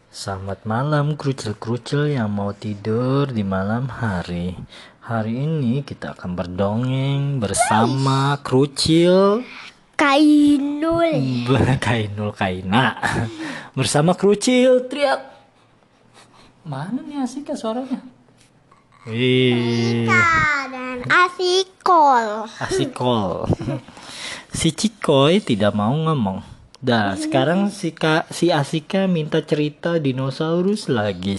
Selamat malam kerucil-kerucil yang mau tidur di malam hari. Hari ini kita akan berdongeng bersama kerucil Kainul. Kainul Kaina. Bersama kerucil teriak. Mana nih Asika suaranya? Wih, Dan Asikol. Asikol. Si Cikoy tidak mau ngomong. Dah, sekarang si Asika minta cerita dinosaurus lagi.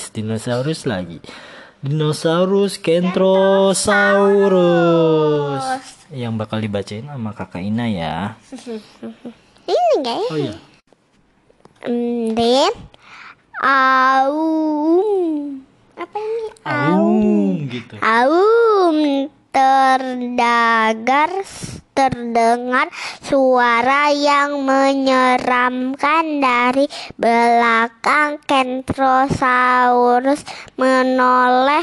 Dinosaurus Kentrosaurus. Yang bakal dibacain sama Kakak Ina ya. Ini guys. Oh iya. Then Aum. Apa ini? Gitu. Aum terdengar suara yang menyeramkan dari belakang. Kentrosaurus menoleh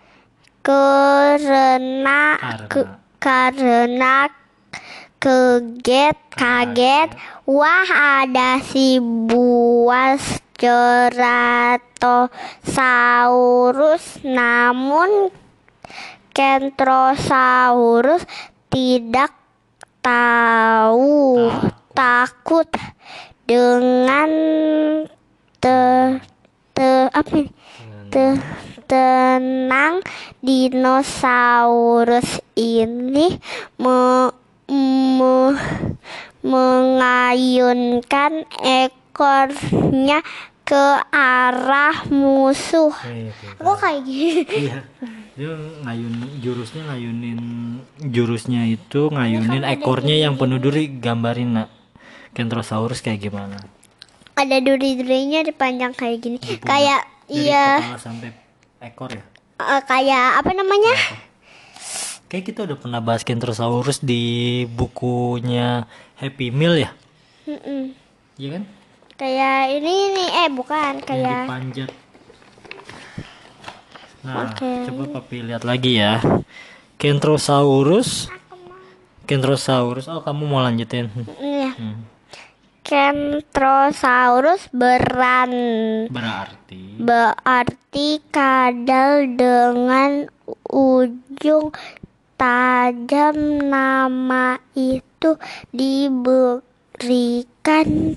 karena kaget. Wah, ada si buas Ceratosaurus. Namun Kentrosaurus tidak takut. Dengan tenang, dinosaurus ini mengayunkan ekornya ke arah musuh. Kok kayak gini? Iya. Dia jurusnya itu ngayunin ekornya yang penuh duri. Gambarin nak Kentrosaurus kayak gimana? Ada duri-durinya dipanjang kayak gini. Kayak dari kepala sampai ekor ya? Kayak apa namanya? Kayak kita udah pernah bahas Kentrosaurus di bukunya Happy Meal ya? Iya kan? Kayak ini nih, bukan Yang kayak dipanjat. Nah, coba papi lihat lagi ya. Kentrosaurus. Oh, kamu mau lanjutin? Iya. Kentrosaurus berarti kadal dengan ujung tajam. Nama itu diberikan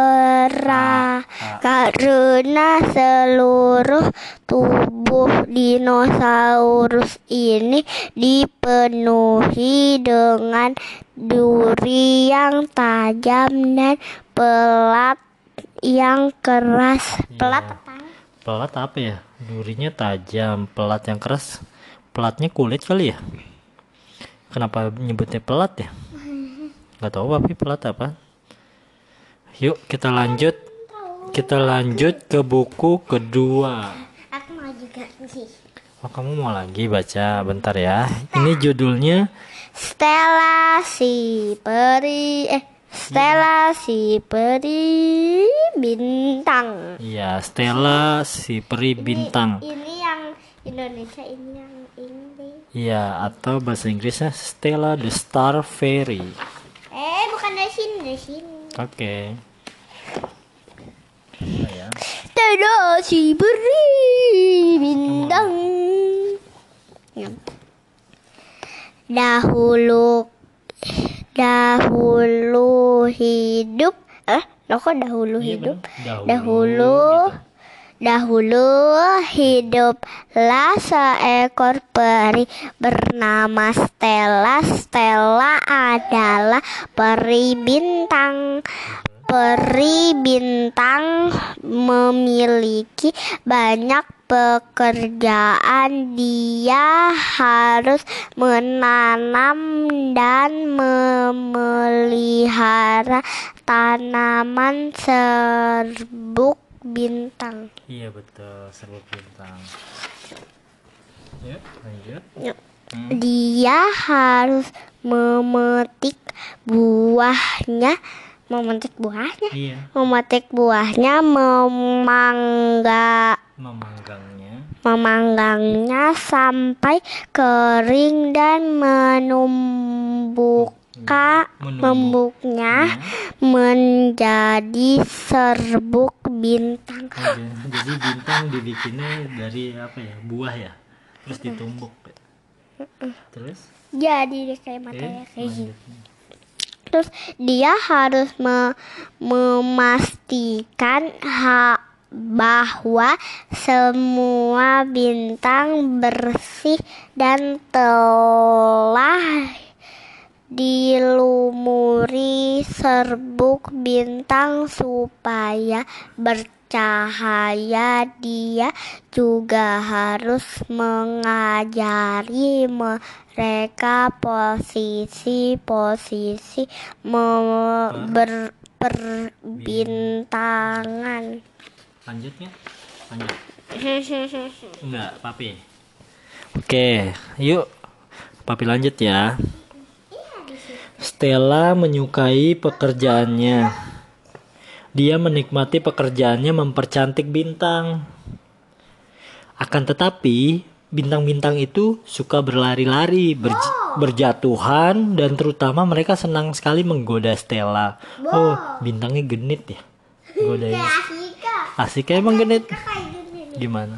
karena seluruh tubuh dinosaurus ini dipenuhi dengan duri yang tajam dan pelat yang keras. Pelat apa ya? Durinya tajam, pelat yang keras. Pelatnya kulit kali ya? Kenapa nyebutnya pelat ya? Gak tahu tapi pelat apa. Yuk kita lanjut ke buku kedua. Aku mau juga sih. Oh, kamu mau lagi baca? Bentar ya. Ini judulnya Stella si peri bintang. Iya, Stella si peri bintang. Ini yang Indonesia, ini yang Inggris. Iya, atau bahasa Inggrisnya Stella the Star Fairy. Bukan dari sini. Oke. Ya. Stella si peri bintang. Dahulu hidup. Dahulu hiduplah seekor peri bernama Stella. Stella adalah peri bintang. Peri bintang memiliki banyak pekerjaan. Dia harus menanam dan memelihara tanaman serbuk bintang. Iya betul, serbuk bintang. Yuk, lanjut. Dia harus memetik buahnya, memanggangnya sampai kering dan membukanya menjadi serbuk bintang. Oke, jadi bintang dibikinnya dari apa ya? Buah ya. Terus ditumbuk. Terus? Jadi dia kayak matanya kayak gini. lanjut. Terus dia harus memastikan bahwa semua bintang bersih dan telah dilumuri serbuk bintang supaya bercahaya. Dia juga harus mengajari mereka posisi-posisi perbintangan. Lanjutnya? Lanjut. Enggak, Papi. Oke, yuk. Papi lanjut ya. Stella menyukai pekerjaannya. Dia menikmati pekerjaannya mempercantik bintang. Akan tetapi, bintang-bintang itu suka berlari-lari, berjatuhan, dan terutama mereka senang sekali menggoda Stella. Oh, bintangnya genit ya. Godain. Asik emang genit. Gimana?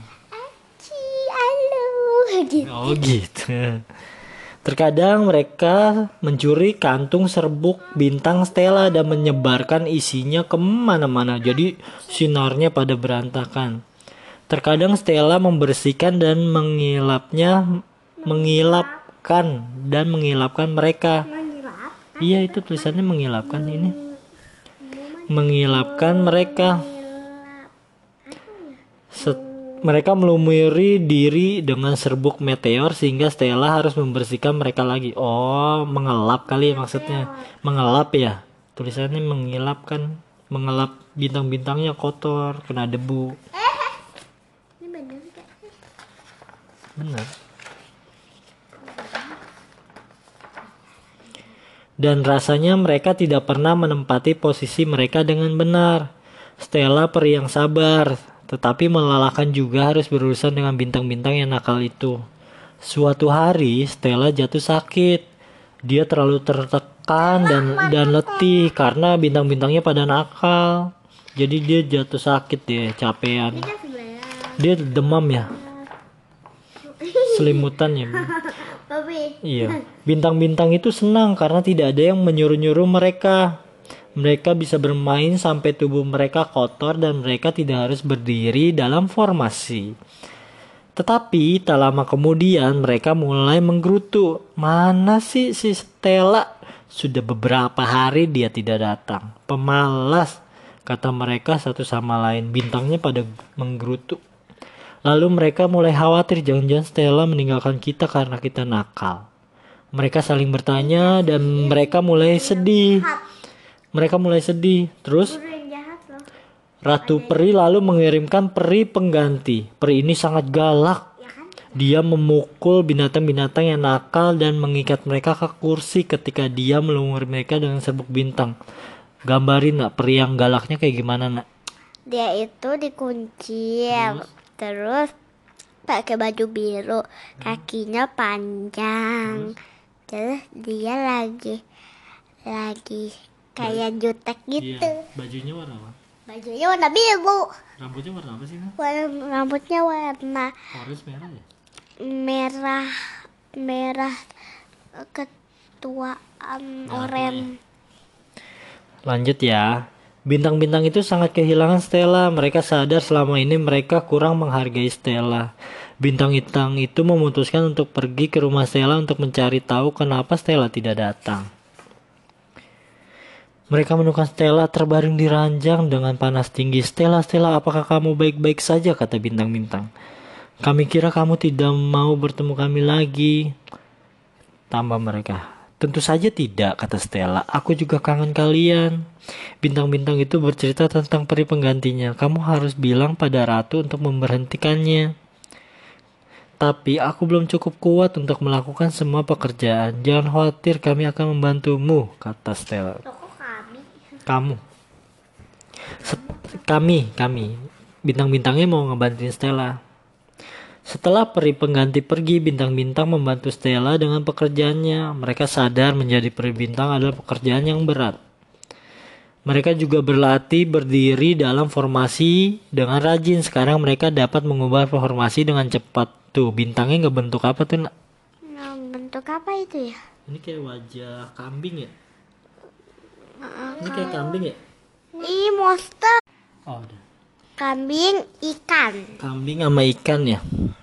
Oh gitu. Terkadang mereka mencuri kantung serbuk bintang Stella dan menyebarkan isinya kemana-mana. Jadi sinarnya pada berantakan. Terkadang Stella membersihkan dan mengilapkan mereka. Iya, itu tulisannya mengilapkan ini. Mengilapkan mereka. Mereka melumuri diri dengan serbuk meteor sehingga Stella harus membersihkan mereka lagi. Oh, mengelap kali maksudnya. Mengelap ya. Tulisannya mengilapkan, mengelap bintang-bintangnya kotor, kena debu. Ini bener gak? Benar. Dan rasanya mereka tidak pernah menempati posisi mereka dengan benar. Stella peri yang sabar, tetapi melelahkan juga harus berurusan dengan bintang-bintang yang nakal itu. Suatu hari Stella jatuh sakit. Dia terlalu tertekan dan letih karena bintang-bintangnya pada nakal. Jadi dia jatuh sakit deh, capean. Dia demam ya. Selimutan ya. Iya. Bintang-bintang itu senang karena tidak ada yang menyuruh-nyuruh mereka. Mereka bisa bermain sampai tubuh mereka kotor dan mereka tidak harus berdiri dalam formasi. Tetapi tak lama kemudian mereka mulai menggerutu. Mana sih si Stella? Sudah beberapa hari dia tidak datang. Pemalas, kata mereka satu sama lain. Bintangnya pada menggerutu. Lalu mereka mulai khawatir jangan-jangan Stella meninggalkan kita karena kita nakal. Mereka saling bertanya dan mereka mulai sedih. Terus Ratu Peri lalu mengirimkan peri pengganti. Peri ini sangat galak. Dia memukul binatang-binatang yang nakal dan mengikat mereka ke kursi ketika dia melumuri mereka dengan serbuk bintang. Gambarin nak peri yang galaknya kayak gimana nak? Dia itu dikunci, terus pakai baju biru, kakinya panjang, terus dia lagi kayak jutek gitu. Iya. Bajunya warna apa? Bajunya warna biru. Rambutnya warna apa sih? Rambutnya warna Orange merah ya? merah ketuaan oranye. Lanjut ya. Bintang-bintang itu sangat kehilangan Stella. Mereka sadar selama ini mereka kurang menghargai Stella. Bintang-bintang itu memutuskan untuk pergi ke rumah Stella untuk mencari tahu kenapa Stella tidak datang. Mereka menemukan Stella terbaring di ranjang dengan panas tinggi. Stella, apakah kamu baik-baik saja? Kata bintang-bintang. Kami kira kamu tidak mau bertemu kami lagi. Tambah mereka. Tentu saja tidak, kata Stella. Aku juga kangen kalian. Bintang-bintang itu bercerita tentang peri penggantinya. Kamu harus bilang pada ratu untuk memberhentikannya. Tapi aku belum cukup kuat untuk melakukan semua pekerjaan. Jangan khawatir, kami akan membantumu, kata Stella. Kamu. Kami. Bintang-bintangnya mau ngebantuin Stella. Setelah peri pengganti pergi, bintang-bintang membantu Stella dengan pekerjaannya. Mereka sadar menjadi peri bintang adalah pekerjaan yang berat. Mereka juga berlatih berdiri dalam formasi dengan rajin. Sekarang mereka dapat mengubah formasi dengan cepat. Tuh, bintangnya ngebentuk apa tuh, Nak? Nah, bentuk apa itu ya? Ini kayak wajah kambing ya? Ini kayak kambing ya? Ih, monster. Oh, udah. Kambing, ikan. Kambing sama ikan ya.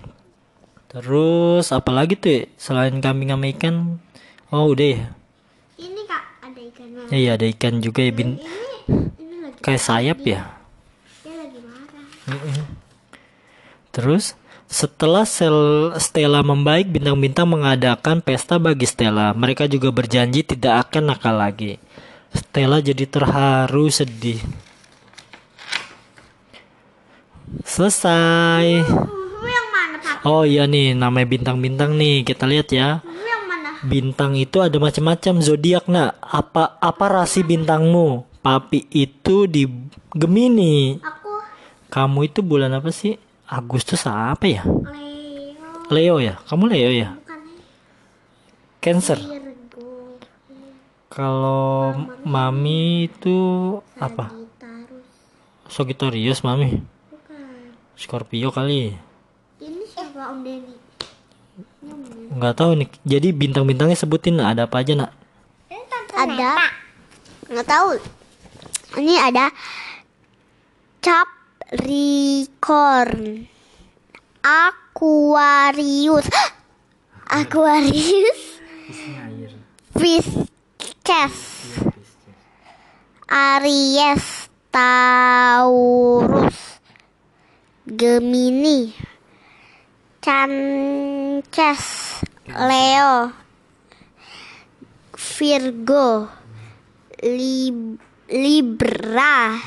Terus apa lagi tuh ya? Selain kambing sama ikan? Oh, udah ya. Ini Kak, ada ikan mana? Iya, ada ikan juga ya. Ini lagi Kayak sayap ya. dia lagi marah. Terus setelah Stella membaik, bintang-bintang mengadakan pesta bagi Stella. Mereka juga berjanji tidak akan nakal lagi. Stella jadi terharu sedih. Selesai. Yang mana Pak? Oh iya nih, namanya bintang-bintang nih. Kita lihat ya. Yang mana? Bintang itu ada macam-macam zodiak, Nak. Apa rasi bintangmu? Papi itu di Gemini. Aku Kamu itu bulan apa sih? Agustus apa ya? Leo. Leo ya? Kamu Leo ya? Bukan Cancer. Virgo. Kalau Mami itu apa? Sagittarius. Sagittarius Mami. Bukan. Scorpio kali. Ini siapa Om Denny? Nggak tahu nih. Jadi bintang-bintangnya sebutin ada apa aja, Nak? Ada. Nggak tahu. Ini ada Capricorn, Aquarius, Aquarius, Isinya air. Pisces, Aries, Taurus, Gemini, Cancer, Leo, Virgo, Libra,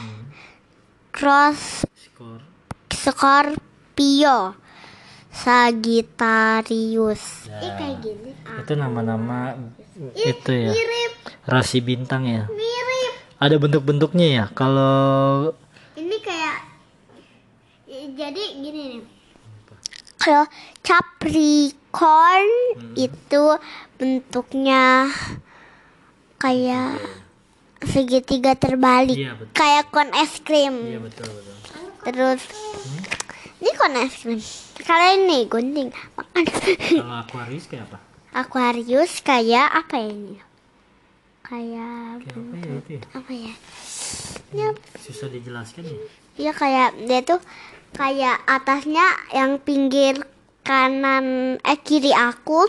Skor. Scorpio, Sagittarius. Kayak gini. Itu nama-nama itu ya. Mirip, Rasi bintang ya. mirip. Ada bentuk-bentuknya ya. Kalau Ini kayak jadi gini nih. Kalau Capricorn itu bentuknya kayak segitiga terbalik, Iya, betul. kayak kon es krim. iya betul. Terus ini kon es krim. Kalau ini gunting makan. Kalau Aquarius kayak apa? Aquarius kayak apa ya ini? Kayak Kayak apa ya itu ya? apa ya? Ini Susah dijelaskan ya. iya kayak dia tuh kayak atasnya yang pinggir kanan kiri aku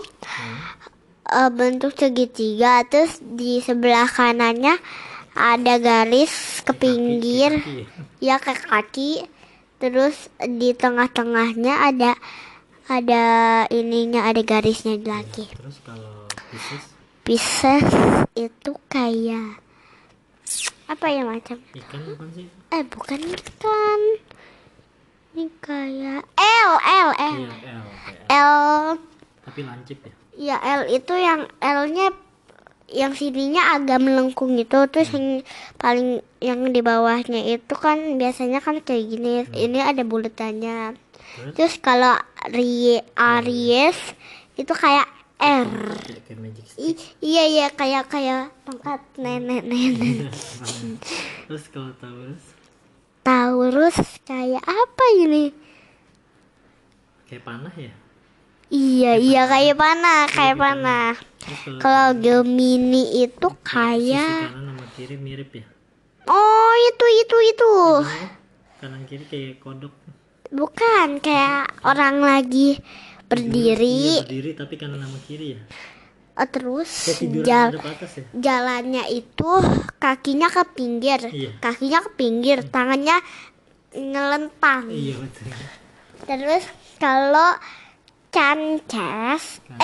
bentuk segitiga, terus di sebelah kanannya ada garis ke pinggir, Kaki. ya ke kaki, terus di tengah-tengahnya ada ininya, ada garisnya lagi. Terus kalau Pisces Pisces itu kayak apa ya, macam ikan bukan sih? bukan ikan, ini kayak L. Iya, L. Kayak L. L. Tapi lancip ya. Ya, L itu yang L-nya yang sininya agak melengkung gitu, terus yang di bawahnya itu kan biasanya kan kayak gini. Ini ada bulatannya. Terus kalau Aries itu kayak R. Kayak magic stick. Iya kayak tongkat nenek. Terus kalau Taurus Taurus kayak apa ini? kayak panah ya. Iya kayak panah, Terus Kalau Gemini itu sisi kayak kanan sama kiri mirip ya. oh itu. Kanan kiri kayak kodok. Bukan, kayak orang lagi berdiri. Iya, berdiri tapi kanan sama kiri ya. Terus Kayak tiduran ada atas ya. jalannya itu kakinya ke pinggir. Iya. Kakinya ke pinggir, tangannya ngelentang. Iya betul. Terus kalau Cancer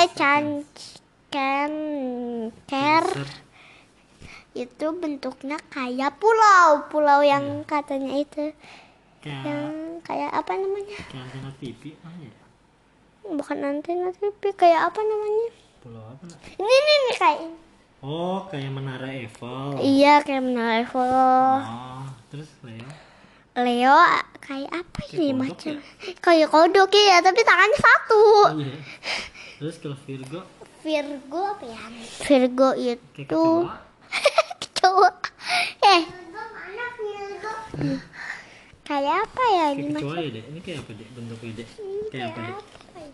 Cancer. itu bentuknya kayak pulau yang katanya itu Kayak yang kayak apa namanya? kayak antena TV apa ya? Bukan antena TV, kayak apa namanya? Pulau apa nak? Ini kayak Oh, kayak menara Eiffel. iya kayak menara Eiffel. Oh, terus Leo. Leo kayak apa ini kodok macam? Kayak kodok ya, tapi tangannya satu. Iya. Terus kalau Virgo Virgo apa ya? Virgo kayak itu kecoa. kecoa. Kayak apa ya Kayak ini kecoa macam? ya dek. Ini kayak apa dek bentuknya dek? Kayak apa dek?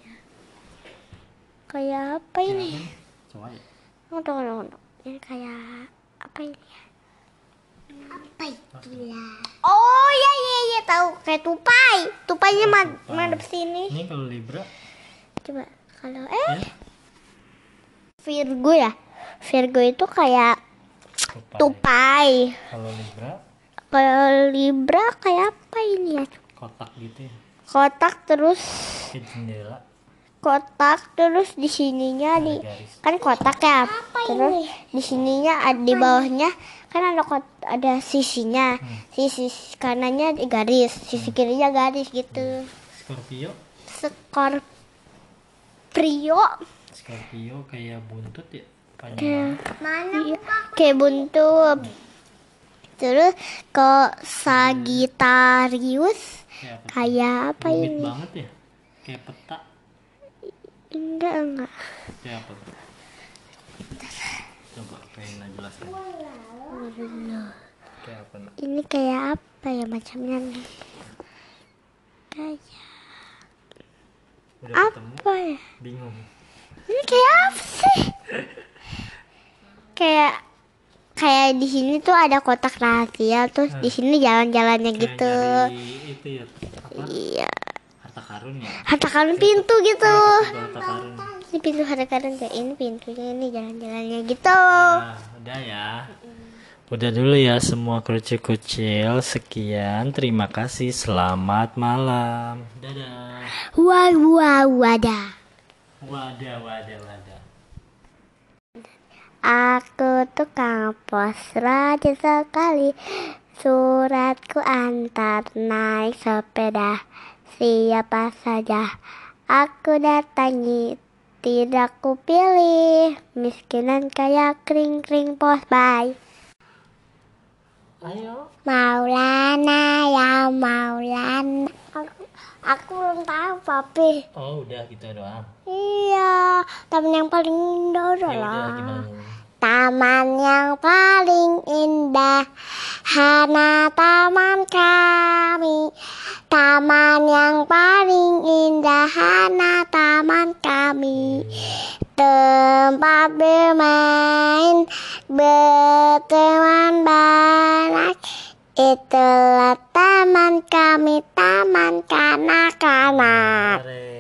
Kayak apa Kayak ini? apa nih? Kecoa ya? Tunggu. Ini kayak apa ini? Apa itu ya? Oh iya tahu kayak tupai. Tupainya Tupai. madep sini. Ini kalau Libra Coba kalau ya? Virgo ya. Virgo itu kayak Tupai. tupai. Kalau Libra Kalau Libra kayak apa ini ya? kotak gitu ya. Kotak terus Kayak jendela. di sininya Ada di garis. kan kotak ya. Terus di sininya di bawahnya kan ada sisinya. Sisi kanannya garis, sisi kirinya garis gitu. Scorpio. Scorpio Kayak buntut ya. Panjang banget. kayak buntut. Terus ke Sagittarius Kayak apa? kayak apa Rumit ini? banget ya. Kayak peta. Enggak. Kayak apa tuh? Coba pengen jelaskan. Kayak apa nak? Ini kayak apa ya macamnya nih? Kayak Udah ketemu apa ya? bingung. Ini kayak apa sih? kayak di sini tuh ada kotak rahasia, terus di sini jalan-jalannya Kayak gitu. nyari itu ya apa? Iya. Harta karun ya. Harta karun pintu gitu. Harta karun. Ini pintu harta karun ya. Ini pintunya, ini jalan-jalannya gitu. Nah, udah ya. Udah dulu ya semua kucil-kucil. Sekian, terima kasih. Selamat malam. Dadah. Wadah. Wadah. Aku tukang pos rajin sekali. Suratku antar naik sepeda. Siapa saja aku datangi, tidak kupilih. Miskinan kaya kring pos. Bye. Ayo. Maulana ya Maulana. Aku belum tahu papi. Oh udah gitu doang. Iya, temen yang paling indah Ya udah lah. gimana? Taman yang paling indah, Hana taman kami. Taman yang paling indah, Hana taman kami. Tempat bermain, berteman banyak. Itulah taman kami, taman kanak-kanak. Keren.